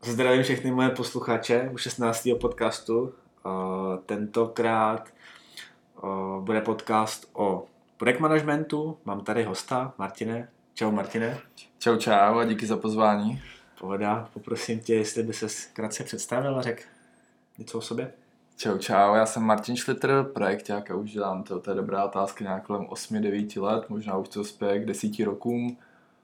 Zdravím všechny moje posluchače u 16. podcastu. Tentokrát bude podcast o projekt managementu. Mám tady hosta, Martine. Čau Martine. Čau a díky za pozvání. Pohoda, poprosím tě, jestli by ses krátce představil a řekl něco o sobě. Čau, já jsem Martin Schlitter, projekťák a už dělám to je dobrá otázka, nějak kolem 8-9 let, možná už to spěje k 10 rokům.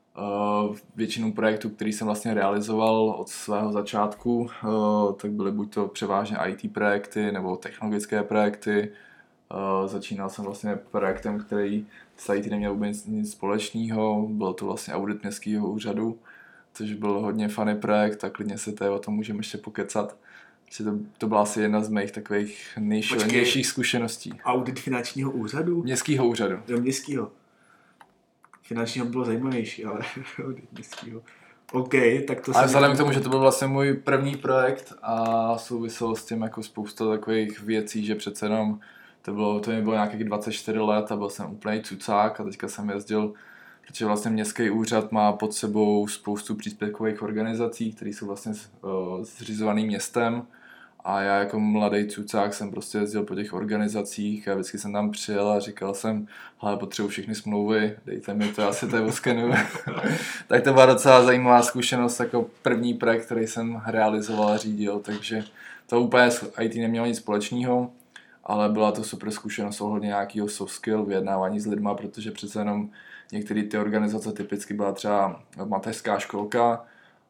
Většinu projektů, který jsem vlastně realizoval od svého začátku, tak byly buď to převážně IT projekty nebo technologické projekty. Začínal jsem vlastně projektem, který s IT neměl vůbec nic společného, byl to vlastně audit městského úřadu, což byl hodně funny projekt a klidně se o tom můžeme ještě pokecat. To byla asi jedna z mých takových nejšílenějších zkušeností. Audit finančního úřadu? Městského úřadu. Jo, městského. Finančního bylo zajímavější, ale audit městského. OK, tak to. Ale vzhledem k tomu, že to byl vlastně můj první projekt a souviselo s tím jako spousta takových věcí, že přece jenom to mi bylo nějakých 24 let a byl jsem úplný cucák a teďka jsem jezdil, protože vlastně městský úřad má pod sebou spoustu příspěvkových organizací, které jsou vlastně zřizovaný městem. A já jako mladý cucák jsem prostě jezdil po těch organizacích a vždycky jsem tam přijel a říkal jsem, hele, potřebuji všechny smlouvy, dejte mi to, já si to oskenuju. Tak to byla docela zajímavá zkušenost, jako první projekt, který jsem realizoval a řídil, takže to úplně s IT nemělo nic společného, ale byla to super zkušenost ohledně nějakého soft skill, vyjednávání s lidma, protože přece jenom některé ty organizace typicky byla třeba mateřská školka,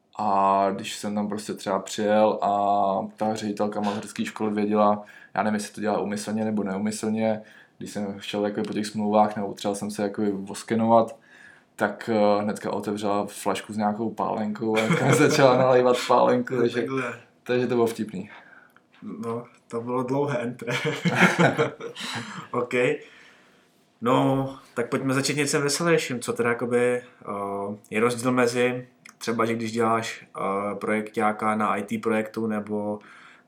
a když jsem tam prostě třeba přijel a ta ředitelka mateřské školy věděla, já nevím, jestli to dělá úmyslně nebo neumyslně, když jsem šel jako po těch smlouvách nebo třeba jsem se jako oskenovat, tak hnedka otevřela flašku s nějakou pálenkou a začala nalévat pálenku, takže to bylo vtipný. No, to bylo dlouhé enter. OK. No, tak pojďme začít něco veselějším, co teda jakoby je rozdíl mezi třeba, že když děláš projekťáka na IT projektu nebo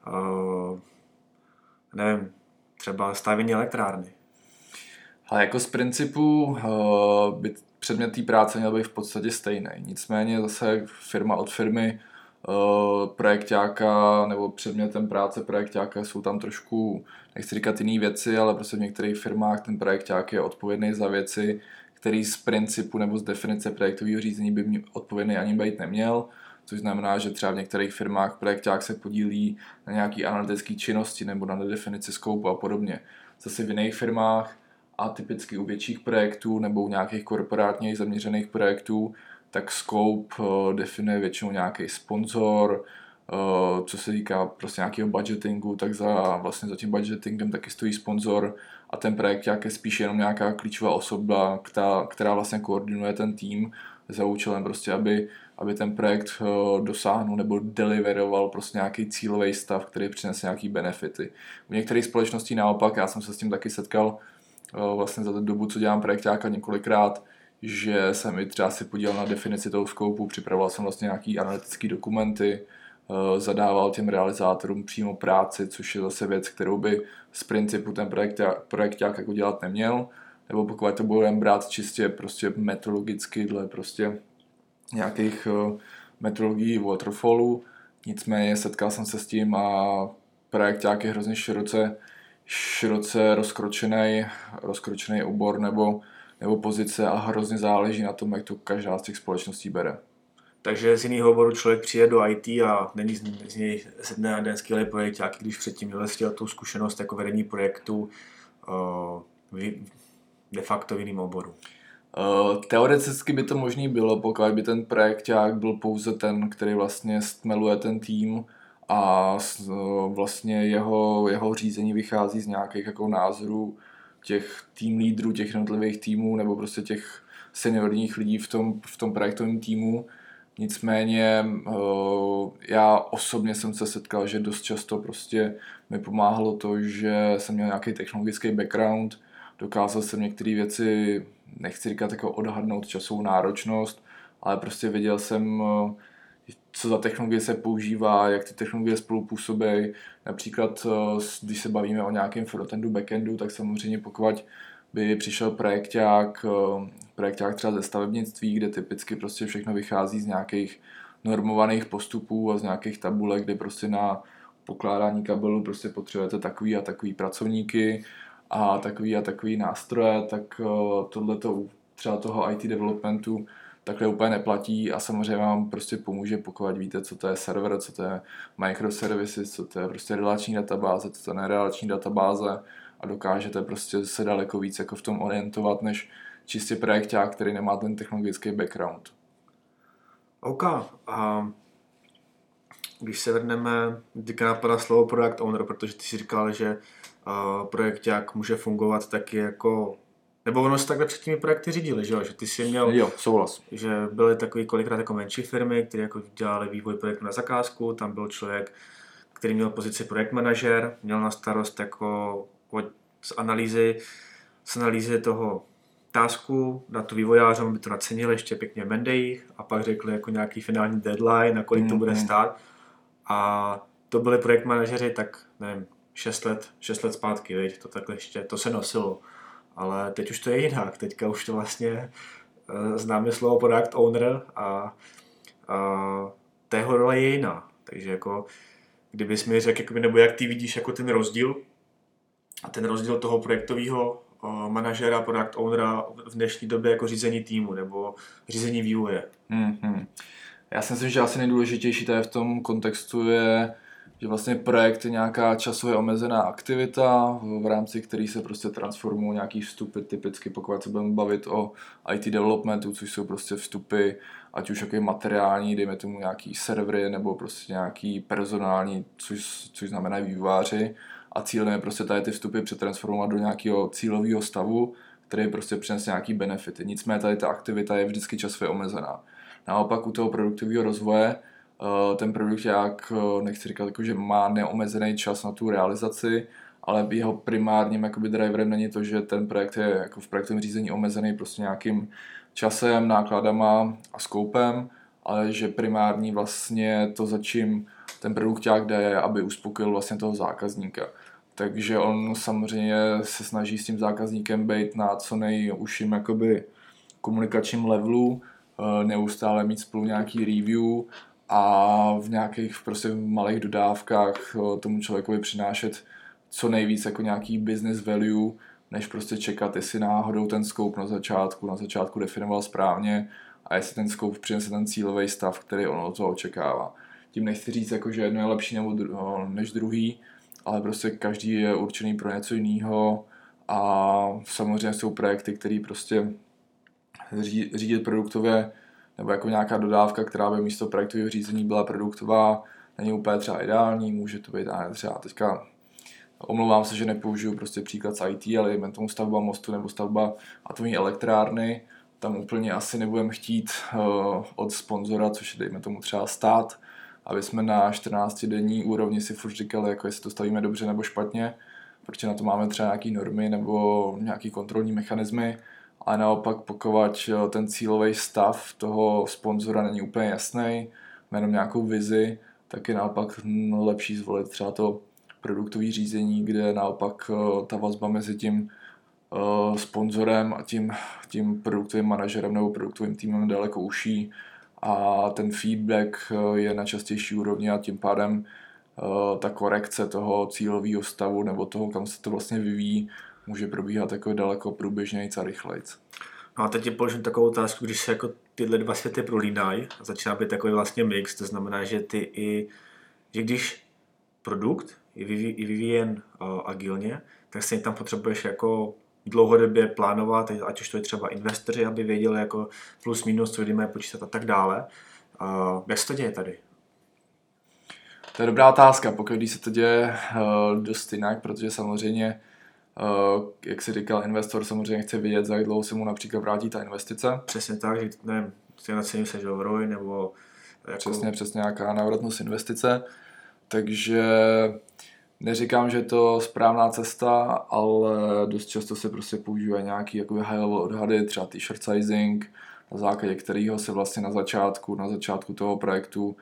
nevím, třeba stavění elektrárny. Ale jako z principu by předmět té práce měl být v podstatě stejný. Nicméně zase firma od firmy projekťáka nebo předmětem práce projekťáka jsou tam trošku, nechci říkat jiný věci, ale prostě v některých firmách ten projekťák je odpovědný za věci, který z principu nebo z definice projektového řízení by odpovědný ani být neměl, což znamená, že třeba v některých firmách projekťák se podílí na nějaký analytické činnosti nebo na definici skoupu a podobně. Zase v jiných firmách a typicky u větších projektů nebo u nějakých korporátních zaměřených projektů, tak scope definuje většinou nějaký sponzor, co se týká prostě nějakého budgetingu, tak za tím budgetingem taky stojí sponzor a ten projekt je spíš jenom nějaká klíčová osoba, která vlastně koordinuje ten tým za účelem prostě, aby ten projekt dosáhnul nebo deliveroval prostě nějaký cílový stav, který přinese nějaký benefity. U některých společností naopak, já jsem se s tím taky setkal vlastně za tu dobu, co dělám projekťáka několikrát, že jsem i třeba si podílel na definici toho skoupu, připravoval jsem vlastně nějaký analytické dokumenty, zadával těm realizátorům přímo práci, což je zase věc, kterou by z principu ten projekťák jako dělat neměl, nebo pokud to budeme brát čistě prostě metodologicky dle prostě nějakých metodologií waterfallu. Nicméně setkal jsem se s tím a projekťák je hrozně široce rozkročený obor nebo pozice a hrozně záleží na tom, jak to každá z těch společností bere. Takže z jiného oboru člověk přijde do IT a není z něj ze dne na den skvělý projekťák, když předtím měl tu zkušenost jako vedení projektu de facto v jiném oboru. Teoreticky by to možný bylo, pokud by ten projekťák byl pouze ten, který vlastně stmeluje ten tým a vlastně jeho řízení vychází z nějakých jako názorů těch tým lídrů, těch jednotlivých týmů nebo prostě těch seniorních lidí v tom projektovém týmu. Nicméně já osobně jsem se setkal, že dost často prostě mi pomáhalo to, že jsem měl nějaký technologický background, dokázal jsem některé věci, nechci říkat jako odhadnout časovou náročnost, ale prostě věděl jsem, co za technologie se používá, jak ty technologie spolu působí. Například, když se bavíme o nějakém frontendu, backendu, tak samozřejmě pokud by přišel projekťák třeba ze stavebnictví, kde typicky prostě všechno vychází z nějakých normovaných postupů a z nějakých tabulek, kde prostě na pokládání kabelu prostě potřebujete takový a takový pracovníky a takový nástroje, tak tohleto třeba toho IT developmentu takhle úplně neplatí a samozřejmě vám prostě pomůže, pokud víte, co to je server, co to je microservices, co to je prostě relační databáze, co to je nerelační databáze a dokážete prostě se daleko víc jako v tom orientovat, než čistě projekták, který nemá ten technologický background. OK. A když se vrhneme, teďka napadá slovo product owner, protože ty si říkal, že projekták může fungovat taky jako, nebo ono se takhle před těmi projekty řídili, že ty si měl, Jo, souhlas. Že byly takový kolikrát jako menší firmy, které jako dělali vývoj projektu na zakázku, tam byl člověk, který měl pozici projekt manažer, měl na starost jako z analýzy toho tasku, na tu vývojářům, aby to nacenili ještě pěkně v Mendejích a pak řekli jako nějaký finální deadline, na kolik to bude stát. A to byli projekt manažeři tak, nevím, 6 let zpátky, viď? To takhle ještě, to se nosilo. Ale teď už to je jinak, teďka už to vlastně známe slovo product owner a tého role je jiná. Takže jako, kdybys mi řekl, nebo jak ty vidíš jako ten rozdíl a ten rozdíl toho projektového manažera, product ownera v dnešní době jako řízení týmu nebo řízení vývoje. Já si myslím, že asi nejdůležitější tady v tom kontextu je, že vlastně projekt je nějaká časově omezená aktivita, v rámci který se prostě transformují nějaký vstupy, typicky pokud se budeme bavit o IT developmentu, což jsou prostě vstupy, ať už jaký materiální, dejme tomu nějaký servery, nebo prostě nějaký personální, což znamená vývojáři. A cílem je prostě tady ty vstupy přetransformovat do nějakého cílového stavu, který prostě přinese nějaký benefity. Nicméně tady ta aktivita je vždycky časově omezená. Naopak u toho produktového rozvoje ten produkt, jak nechci říkat, jako, že má neomezený čas na tu realizaci, ale jeho primárním jakoby driverem není to, že ten projekt je jako v projektovém řízení omezený prostě nějakým časem, nákladama a skoupem, ale že primární vlastně to, za čím ten produkták jde, je, aby uspokojil vlastně toho zákazníka. Takže on samozřejmě se snaží s tím zákazníkem být na co nejužším jakoby komunikačním levelu, neustále mít spolu nějaký review a v nějakých prostě malých dodávkách tomu člověkovi přinášet co nejvíc jako nějaký business value, než prostě čekat, jestli náhodou ten scope na začátku definoval správně a jestli ten scope přinese ten cílový stav, který on od toho očekává. Tím nechci říct, jako, že jedno je lepší než druhý, ale prostě každý je určený pro něco jiného a samozřejmě jsou projekty, které prostě řídit produktově nebo jako nějaká dodávka, která by místo projektového řízení byla produktová, není úplně třeba ideální, může to být třeba teďka, omlouvám se, že nepoužiju prostě příklad z IT, ale jdeme tomu stavba mostu nebo stavba atomní elektrárny, tam úplně asi nebudeme chtít od sponzora, což je dejme tomu třeba stát, aby jsme na 14denní úrovni si furt říkali, jako jestli to stavíme dobře nebo špatně, protože na to máme třeba nějaké normy nebo nějaké kontrolní mechanismy, a naopak pokud ten cílový stav toho sponzora není úplně jasný, jenom nějakou vizi, tak je naopak lepší zvolit třeba to produktové řízení, kde naopak ta vazba mezi tím sponzorem a tím produktovým manažerem nebo produktovým týmem daleko užší a ten feedback je na častější úrovni a tím pádem ta korekce toho cílového stavu nebo toho, kam se to vlastně vyvíjí, může probíhat jako daleko průběžnějc a rychlejc. No a teď ti položím takovou otázku, když se jako tyhle dva světy prolínají a začíná být takový vlastně mix, to znamená, že že když produkt je vyvíjen agilně, tak se tam potřebuješ jako dlouhodobě plánovat, ať už to je třeba investoři, aby věděli jako plus minus, co kdy mají počítat a tak dále. Jak se to děje tady? To je dobrá otázka, pokud se to děje dost jinak, protože samozřejmě jak jsi říkal, investor samozřejmě chce vědět, za jak dlouho se mu například vrátí ta investice. Přesně tak, že nevím, nacením se v ROI nebo jako... Přesně nějaká návratnost investice, takže neříkám, že je to správná cesta, ale dost často se prostě používají nějaký jakoby high level odhady, třeba t-shirt sizing, na základě kterého se vlastně na začátku toho projektu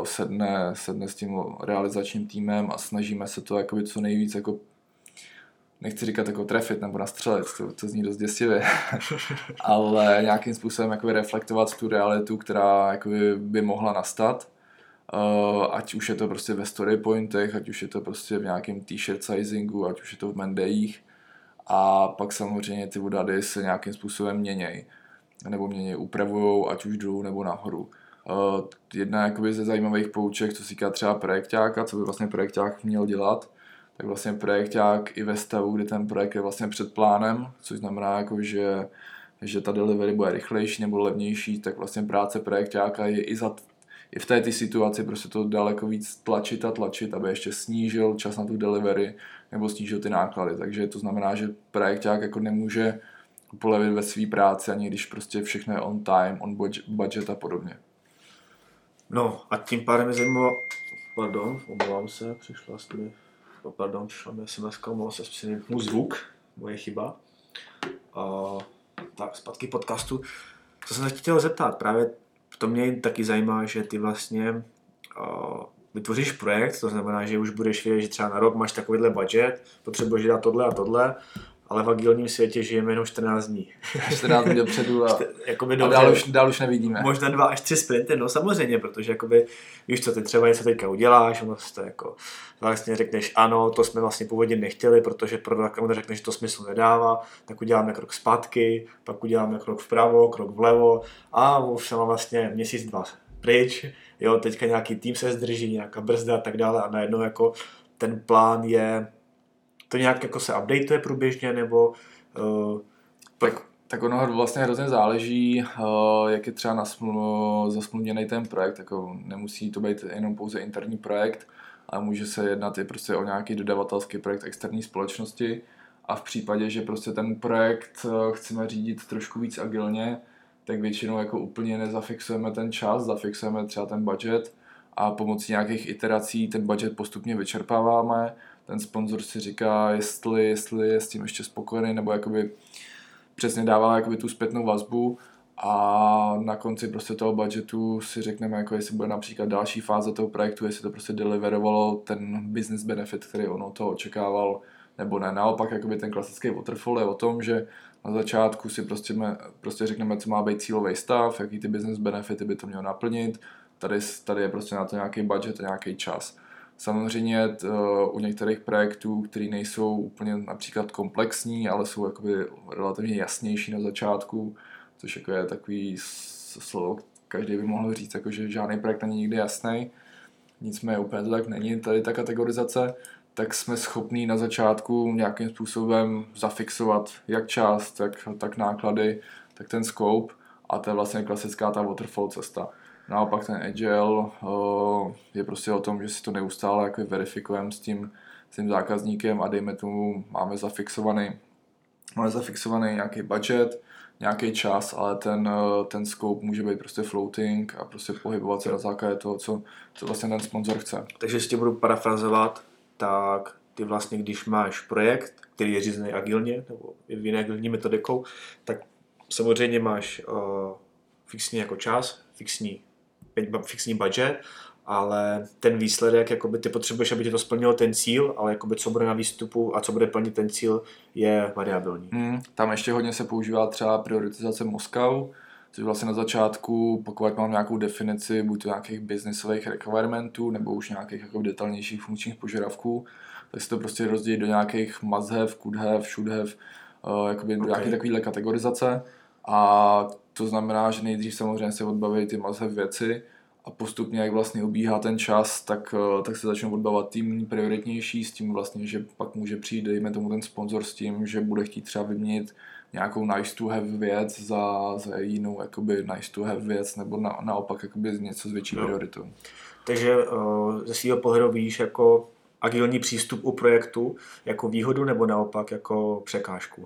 sedne s tím realizačním týmem a snažíme se to jakoby co nejvíc jako nechci říkat jako trefit nebo nastřelit, to zní dost děsivě, ale nějakým způsobem jakoby reflektovat tu realitu, která jakoby by mohla nastat. Ať už je to prostě ve story pointech, ať už je to prostě v nějakém t-shirt sizingu, ať už je to v Mendejích. A pak samozřejmě ty odhady se nějakým způsobem měnějí. Nebo měnějí, upravujou, ať už dolů nebo nahoru. Jedna jakoby ze zajímavých pouček, co se týká třeba projekťáka, co by vlastně projekťák měl dělat, tak vlastně projekťák i ve stavu, kdy ten projekt je vlastně před plánem, což znamená, jako, že ta delivery bude rychlejší nebo levnější, tak vlastně práce projekťáka je i v té situaci prostě to daleko víc tlačit, aby ještě snížil čas na tu delivery nebo snížil ty náklady. Takže to znamená, že projekťák jako nemůže polevit ve své práci, ani když prostě všechno je on time, on budget a podobně. No a tím pádem je zajímalo, omlouvám se, přišla mi SMS, omlouvám se, můj zvuk, moje chyba. Tak, zpátky podcastu. Co jsem se chtěl zeptat, právě to mě taky zajímá, že ty vlastně vytvoříš projekt, to znamená, že už budeš vědět, že třeba na rok máš takovýhle budget, potřebuješ dát tohle a tohle, ale v agilním světě žijeme jenom 14 dní. 14 dní dopředu a dál už nevidíme. Možná 2 až 3 sprinty, no samozřejmě, protože jakoby, víš co, ty třeba něco teďka uděláš, ono to jako vlastně řekneš ano, to jsme vlastně původně nechtěli, protože produkt řekne, že to smysl nedává, tak uděláme krok zpátky, pak uděláme krok vpravo, krok vlevo a už jsem vlastně měsíc, 2 pryč, jo, teďka nějaký tým se zdrží, nějaká brzda a tak dále a najednou jako ten plán je to nějak jako se updateuje průběžně, nebo... Tak ono vlastně hrozně záleží, jak je třeba zasmluvněný ten projekt. Jako nemusí to být jenom pouze interní projekt, ale může se jednat i prostě o nějaký dodavatelský projekt externí společnosti. A v případě, že prostě ten projekt chceme řídit trošku víc agilně, tak většinou jako úplně nezafixujeme ten čas, zafixujeme třeba ten budget a pomocí nějakých iterací ten budget postupně vyčerpáváme. Ten sponzor si říká, jestli je s tím ještě spokojený, nebo jakoby přesně dává jakoby tu zpětnou vazbu a na konci prostě toho budgetu si řekneme, jako jestli bude například další fáze toho projektu, jestli to prostě deliverovalo ten business benefit, který on od toho očekával, nebo ne. Naopak jakoby ten klasický waterfall je o tom, že na začátku si prostě řekneme, co má být cílový stav, jaký ty business benefity by to mělo naplnit, tady je prostě na to nějaký budget a nějaký čas. Samozřejmě u některých projektů, které nejsou úplně například komplexní, ale jsou jakoby relativně jasnější na začátku, což jako je takový slovo, každý by mohl říct, jako, že žádný projekt není nikdy jasný. Nicméně úplně to tak není, tady ta kategorizace, tak jsme schopní na začátku nějakým způsobem zafixovat jak čas, tak náklady, tak ten scope a to je vlastně klasická ta waterfall cesta. Naopak ten agile je prostě o tom, že si to neustále jako verifikujeme s tím zákazníkem a dejme tomu, máme zafixovaný nějaký budget, nějaký čas, ale ten scope může být prostě floating a prostě pohybovat se na základě toho, co vlastně ten sponzor chce. Takže jestli budu parafrazovat, tak ty vlastně, když máš projekt, který je řízený agilně nebo jiné agilní metodikou, tak samozřejmě máš fixní jako čas, fixní budget, ale ten výsledek, jakoby ty potřebuješ, aby ti to splnilo ten cíl, ale jakoby co bude na výstupu a co bude plnit ten cíl, je variabilní. Tam ještě hodně se používá třeba prioritizace Moscow, což vlastně na začátku, pokud mám nějakou definici, buď to nějakých businessových requirementů, nebo už nějakých jako detailnějších funkčních požadavků, tak se to prostě rozdělí do nějakých must have, could have, should have, jakoby do nějaké takovéhle kategorizace. A to znamená, že nejdřív samozřejmě se odbaví ty must have věci a postupně, jak vlastně ubíhá ten čas, tak se začnou odbavovat tým prioritnější s tím vlastně, že pak může přijít, dejme tomu ten sponzor s tím, že bude chtít třeba vyměnit nějakou nice to have věc za jinou jakoby nice to have věc nebo naopak jakoby něco s větší prioritou. Takže ze svého pohledu vidíš jako agilní přístup u projektu jako výhodu nebo naopak jako překážku?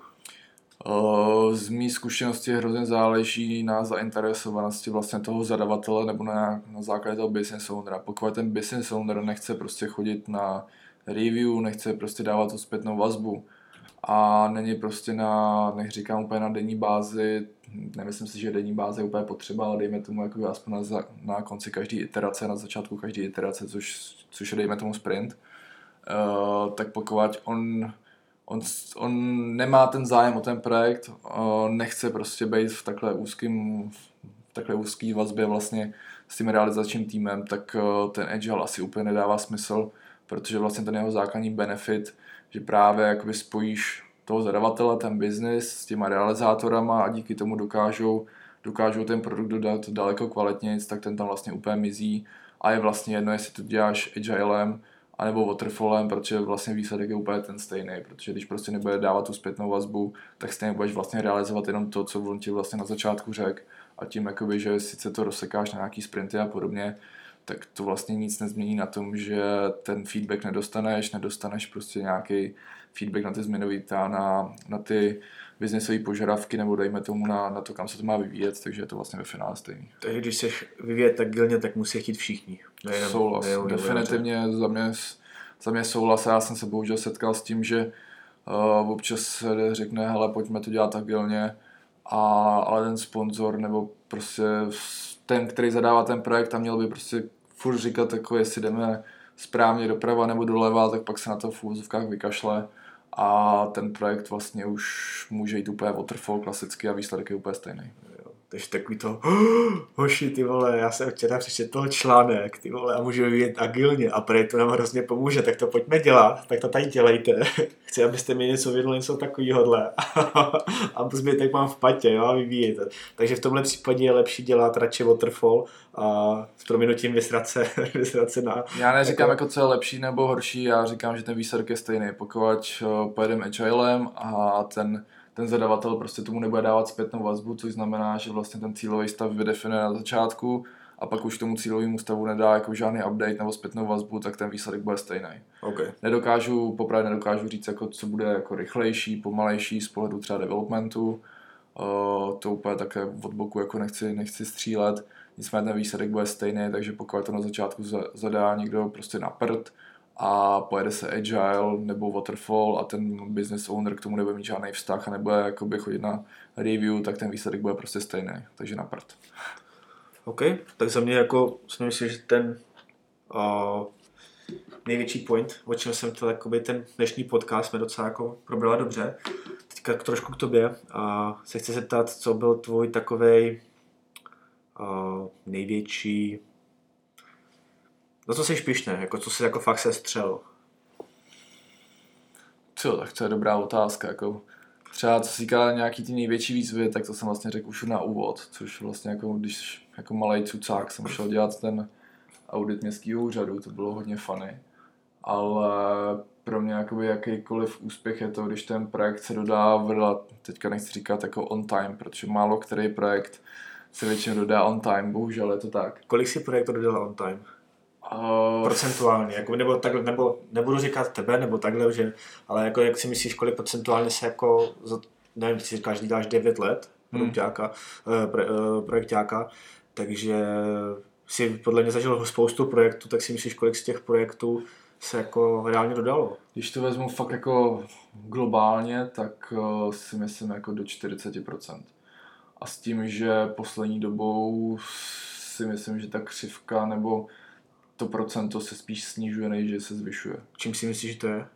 Z mý zkušenosti hrozně záleží na zainteresovanosti vlastně toho zadavatele nebo na základě toho business ownera. Pokud ten business owner nechce prostě chodit na review, nechce prostě dávat tu zpětnou vazbu a není prostě nech říkám úplně na denní bázi, nemyslím si, že denní báze je úplně potřeba, ale dejme tomu jakoby aspoň na konci každé iterace, na začátku každé iterace, což je dejme tomu sprint, tak pokud on On nemá ten zájem o ten projekt, nechce prostě být v takhle úzký vazbě vlastně s tím realizačním týmem, tak ten agile asi úplně nedává smysl, protože vlastně ten jeho základní benefit, že právě jakoby spojíš toho zadavatele, ten biznis s těma realizátorama a díky tomu dokážou ten produkt dodat daleko kvalitnějc, tak ten tam vlastně úplně mizí a je vlastně jedno, jestli to děláš agilem anebo waterfallem, protože vlastně výsledek je úplně ten stejný, protože když prostě nebude dávat tu zpětnou vazbu, tak stejně budeš vlastně realizovat jenom to, co on ti vlastně na začátku řekl a tím jakoby, že sice to rozsekáš na nějaký sprinty a podobně, tak to vlastně nic nezmění na tom, že ten feedback nedostaneš prostě nějaký feedback na ty změnový na ty biznesové požadavky nebo dejme tomu na to, kam se to má vyvíjet, takže je to vlastně ve finále stejný. Takže když chceš vyvíjet tak agilně, tak musí chtít všichni. Souhlas, definitivně za mě souhlas. Já jsem se bohužel setkal s tím, že občas se řekne, hele, pojďme to dělat agilně, ale ten sponzor nebo prostě ten, který zadává ten projekt, tam měl by prostě furt říkat, jako jestli jdeme správně doprava nebo doleva, tak pak se na to v úvozovkách vykašle a ten projekt vlastně už může jít úplně waterfall klasicky a výsledek je úplně stejný. Takže takový to, hoši, ty vole, já jsem včera přečetl článek, ty vole, a můžu vyvíjet agilně a prej to nám hrozně pomůže, tak to pojďme dělat, tak to tady dělejte. Chci, abyste mi něco věděli, něco takovýhodle. A zbytek mám v patě, jo, a vyvíjejte. Takže v tomhle případě je lepší dělat radši waterfall a s prominutím vysrat se na... Já neříkám, jako co je lepší nebo horší, já říkám, že ten výsledek je stejný. Pokud pojedeme agilem a ten zadavatel prostě tomu nebude dávat zpětnou vazbu, což znamená, že vlastně ten cílový stav vydefinuje na začátku a pak už tomu cílovému stavu nedá jako žádný update nebo zpětnou vazbu, tak ten výsledek bude stejný. Okay. Nedokážu říct, jako, co bude jako rychlejší, pomalejší z pohledu třeba developmentu. To úplně také od boku jako nechci střílet. Nicméně ten výsledek bude stejný, takže pokud to na začátku zadá někdo prostě na prd, a pojede se agile nebo waterfall a ten business owner k tomu nebude mít žádný vztah a nebude jakoby chodit na review, tak ten výsledek bude prostě stejný, takže na prd. OK, tak za mě jako si myslím, že ten největší point, o čem jsem chtěl, jakoby ten dnešní podcast jsme docela jako probrala dobře. Teďka trošku k tobě a se chci zeptat, co byl tvůj takovej největší, no co jsi pyšnej, jako co jsi jako fakt sestřel? Tak to je dobrá otázka, jako třeba co se týká nějaký ty největší výzvy, tak to jsem vlastně řekl už na úvod, což vlastně jako když jako malej cucák jsem šel dělat ten audit městského úřadu, to bylo hodně funny, ale pro mě jakoby jakýkoliv úspěch je to, když ten projekt se dodá teďka nechci říkat jako on time, protože málo který projekt se většinou dodá on time, bohužel je to tak. Kolik si projektů dodal on time? Procentuálně, jako, nebo takhle, nebo nebudu říkat tebe, nebo takhle, že, ale jako jak si myslíš, kolik procentuálně se jako, nevím, si říkáš, že děláš 9 let projekťáka, takže si podle mě zažil spoustu projektů, tak si myslíš, kolik z těch projektů se jako reálně dodalo? Když to vezmu fakt jako globálně, tak si myslím jako do 40%. A s tím, že poslední dobou si myslím, že ta křivka nebo to procento se spíš snižuje, než že se zvyšuje. Čím si myslíš, že to je?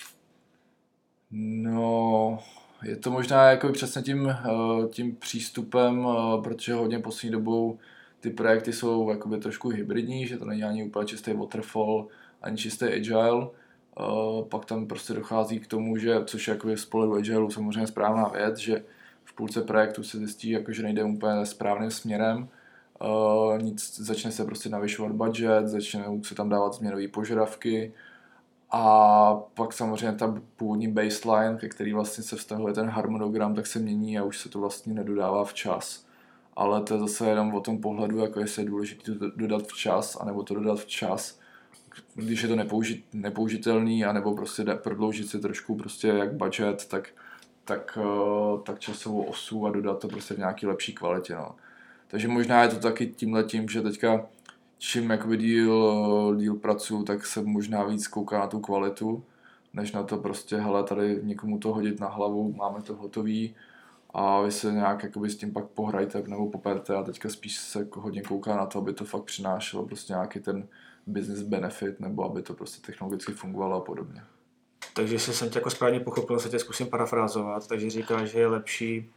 No, je to možná jako přesně tím přístupem, protože hodně poslední dobou ty projekty jsou jakoby trošku hybridní, že to není ani úplně čistý waterfall, ani čistý agile. Pak tam prostě dochází k tomu, že, což je jakoby z pohledu agileu samozřejmě správná věc, že v půlce projektu se zjistí, jako, že nejde úplně správným směrem. Začne se prostě navyšovat budget, začnou se tam dávat změnové požadavky a pak samozřejmě ta původní baseline, ke který vlastně se vztahuje ten harmonogram, tak se mění a už se to vlastně nedodává včas. Ale to je zase jenom o tom pohledu, jako jestli je důležité to dodat včas, anebo to dodat včas, když je to nepoužitelný, anebo prostě prodloužit si trošku prostě jak budget, tak časovou osu a dodat to prostě v nějaký lepší kvalitě. No. Takže možná je to taky tímhletím, že teďka čím jakoby díl pracuju, tak se možná víc kouká na tu kvalitu, než na to prostě, hele, tady někomu to hodit na hlavu, máme to hotový a vy se nějak jakoby s tím pak pohrajte nebo poperte a teďka spíš se hodně kouká na to, aby to fakt přinášelo prostě nějaký ten business benefit nebo aby to prostě technologicky fungovalo a podobně. Takže jestli jsem tě jako správně pochopil, se tě zkusím parafrázovat, takže říkáš, že je lepší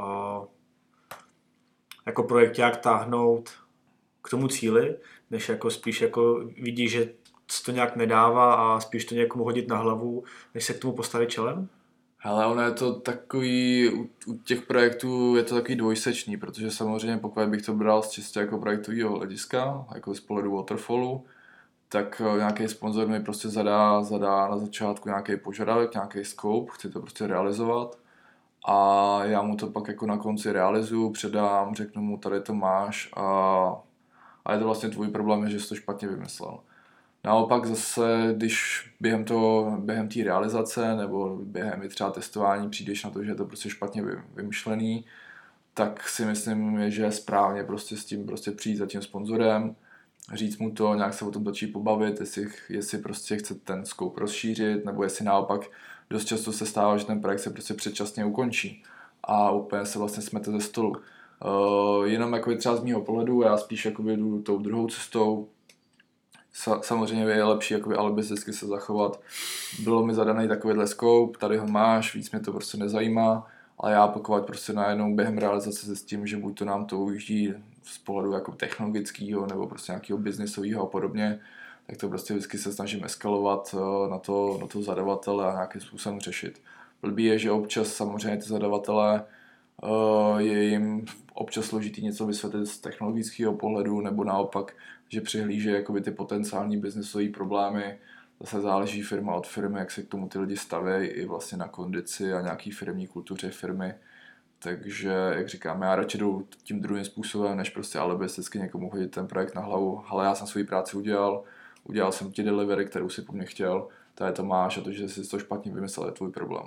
jako projekták táhnout k tomu cíli, než jako spíš jako vidíš, že se to nějak nedává a spíš to někomu hodit na hlavu, než se k tomu postavit čelem? Hele, ono je to takový, u těch projektů je to takový dvojsečný, protože samozřejmě pokud bych to bral z čistě jako projektového hlediska, jako z pohledu waterfallu, tak nějaký sponzor mi prostě zadá na začátku nějaký požadavek, nějaký scope, chci to prostě realizovat a já mu to pak jako na konci realizuju, předám, řeknu mu, tady to máš a je to vlastně tvůj problém, že jsi to špatně vymyslel. Naopak zase, když během té realizace nebo během třeba testování přijdeš na to, že je to prostě špatně vymyšlený, tak si myslím, že je správně prostě s tím prostě přijít za tím sponzorem, říct mu to, nějak se o tom začít pobavit, jestli prostě chce ten scope rozšířit, nebo jestli naopak dost často se stává, že ten projekt se prostě předčasně ukončí a úplně se vlastně smete ze stolu. Jenom jako třeba z mýho pohledu, já spíš jakoby jdu tou druhou cestou. Samozřejmě je lepší jakoby alibisticky se zachovat. Bylo mi zadaný takovýhle scope, tady ho máš, víc mě to prostě nezajímá, ale já pokud prostě najednou během realizace se s tím, že buď to nám to ujíždí z pohledu jako technologického nebo prostě nějakého biznisového a podobně, tak to prostě vždycky se snažím eskalovat na to zadavatele a nějakým způsobem řešit. Blbý je, že občas samozřejmě ty zadavatele je jim občas složitý něco vysvětlit z technologického pohledu, nebo naopak, že přihlíží jakoby ty potenciální biznesové problémy. Zase záleží firma od firmy, jak se k tomu ty lidi staví, i vlastně na kondici a nějaký firmní kultuře firmy. Takže, jak říkám, já radši jdu tím druhým způsobem, než prostě alibisticky někomu hodit ten projekt na hlavu. Ale já jsem svoji práci udělal jsem ti delivery, kterou si po mně chtěl, tady to máš a to, že jsi to špatně vymyslel, je tvůj problém.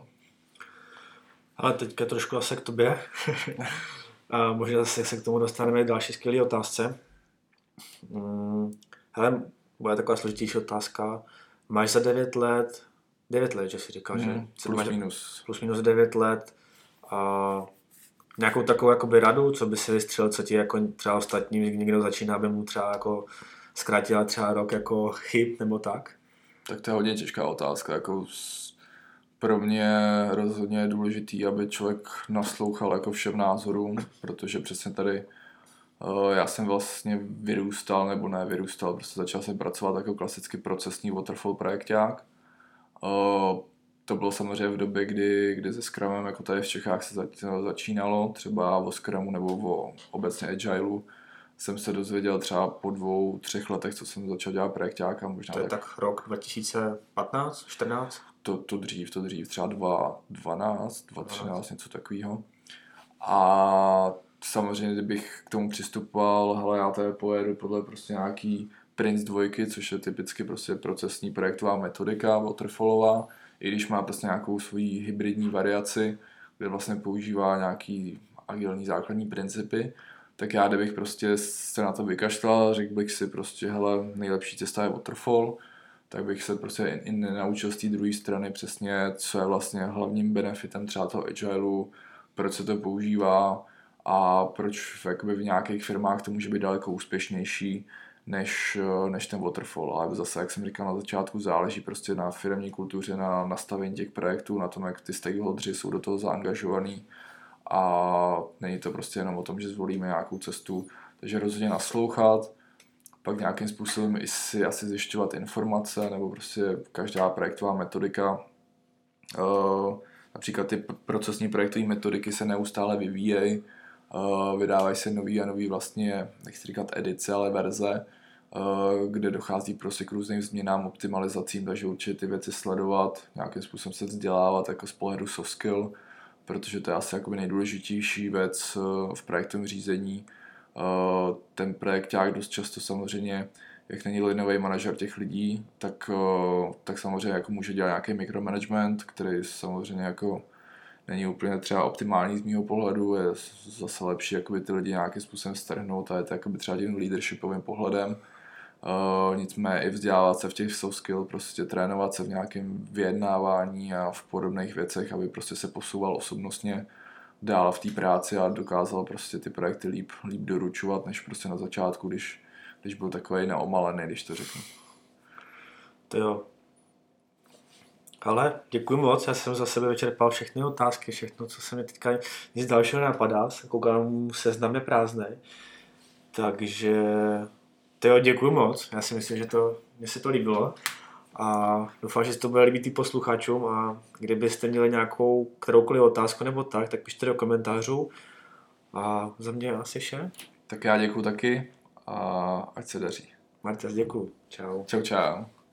Ale teďka trošku zase k tobě. A možná zase se k tomu dostaneme k další skvělé otázce. Hele, bude taková složitější otázka. Máš za 9 let, že jsi říkal, že? Plus minus 9 let. A nějakou takovou jakoby radu, co by si vystřelil, co ti jako třeba ostatním někdo začíná, aby mu třeba jako zkrátila třeba rok jako chyb nebo tak? Tak to je hodně těžká otázka. Jako pro mě rozhodně je důležitý, aby člověk naslouchal jako všem názorům, protože přesně tady já jsem vlastně prostě začal jsem pracovat jako klasicky procesní waterfall projekták. To bylo samozřejmě v době, kdy se Scrumem, jako tady v Čechách se začínalo, třeba o Scrumu nebo o obecně Agileu, jsem se dozvěděl třeba po 2-3 letech, co jsem začal dělat projekťáka. Možná to je tak rok 2015, 14? To dřív, třeba 2012, 2013, něco takového. A samozřejmě, kdybych k tomu přistupoval, hele, já tady pojedu podle prostě nějaký Prince 2, což je typicky prostě procesní projektová metodika waterfallová, i když má prostě nějakou svoji hybridní variaci, kde vlastně používá nějaký agilní základní principy, tak já kdybych prostě se na to vykašlal, řekl bych si prostě, hele, nejlepší cesta je waterfall, tak bych se prostě i nenaučil z té druhé strany přesně, co je vlastně hlavním benefitem třeba toho agileu, proč se to používá a proč jakoby v nějakých firmách to může být daleko úspěšnější než ten waterfall. Ale zase, jak jsem říkal na začátku, záleží prostě na firemní kultuře, na nastavení těch projektů, na tom, jak ty stakeholdři jsou do toho zaangažovaný a není to prostě jenom o tom, že zvolíme nějakou cestu, takže rozhodně naslouchat, pak nějakým způsobem i si asi zjišťovat informace, nebo prostě každá projektová metodika. Například ty procesní projektové metodiky se neustále vyvíjejí, vydávají se nový a nový vlastně, nechci říkat edice, ale verze, kde dochází prostě k různým změnám, optimalizacím, takže určitě ty věci sledovat, nějakým způsobem se vzdělávat jako z pohledu soft skill, protože to je asi jakoby nejdůležitější věc v projektovém řízení. Ten projekták dost často samozřejmě, jak není linový manažer těch lidí, tak samozřejmě jako může dělat nějaký micromanagement, který samozřejmě jako není úplně třeba optimální z mýho pohledu, je zase lepší jakoby ty lidi nějakým způsobem strhnout a je to jakoby třeba tím leadershipovým pohledem. Nicméně i vzdělávat se v těch soft skill, prostě trénovat se v nějakém vyjednávání a v podobných věcech, aby prostě se posouval osobnostně dál v té práci a dokázal prostě ty projekty líp doručovat, než prostě na začátku, když byl takovej neomalený, když to řeknu. To jo. Ale děkuji moc, já jsem za sebe vyčerpal všechny otázky, všechno, co se mi teďka nic dalšího napadá, koukám, seznam je prázdný. Takže to jo, děkuji moc, já si myslím, že mně se to líbilo a doufám, že se to bude líbit i posluchačům a kdybyste měli nějakou kteroukoliv otázku nebo tak pište do komentářů a za mě asi vše. Tak já děkuji taky a ať se daří. Marta, děkuji. Čau. Čau, čau.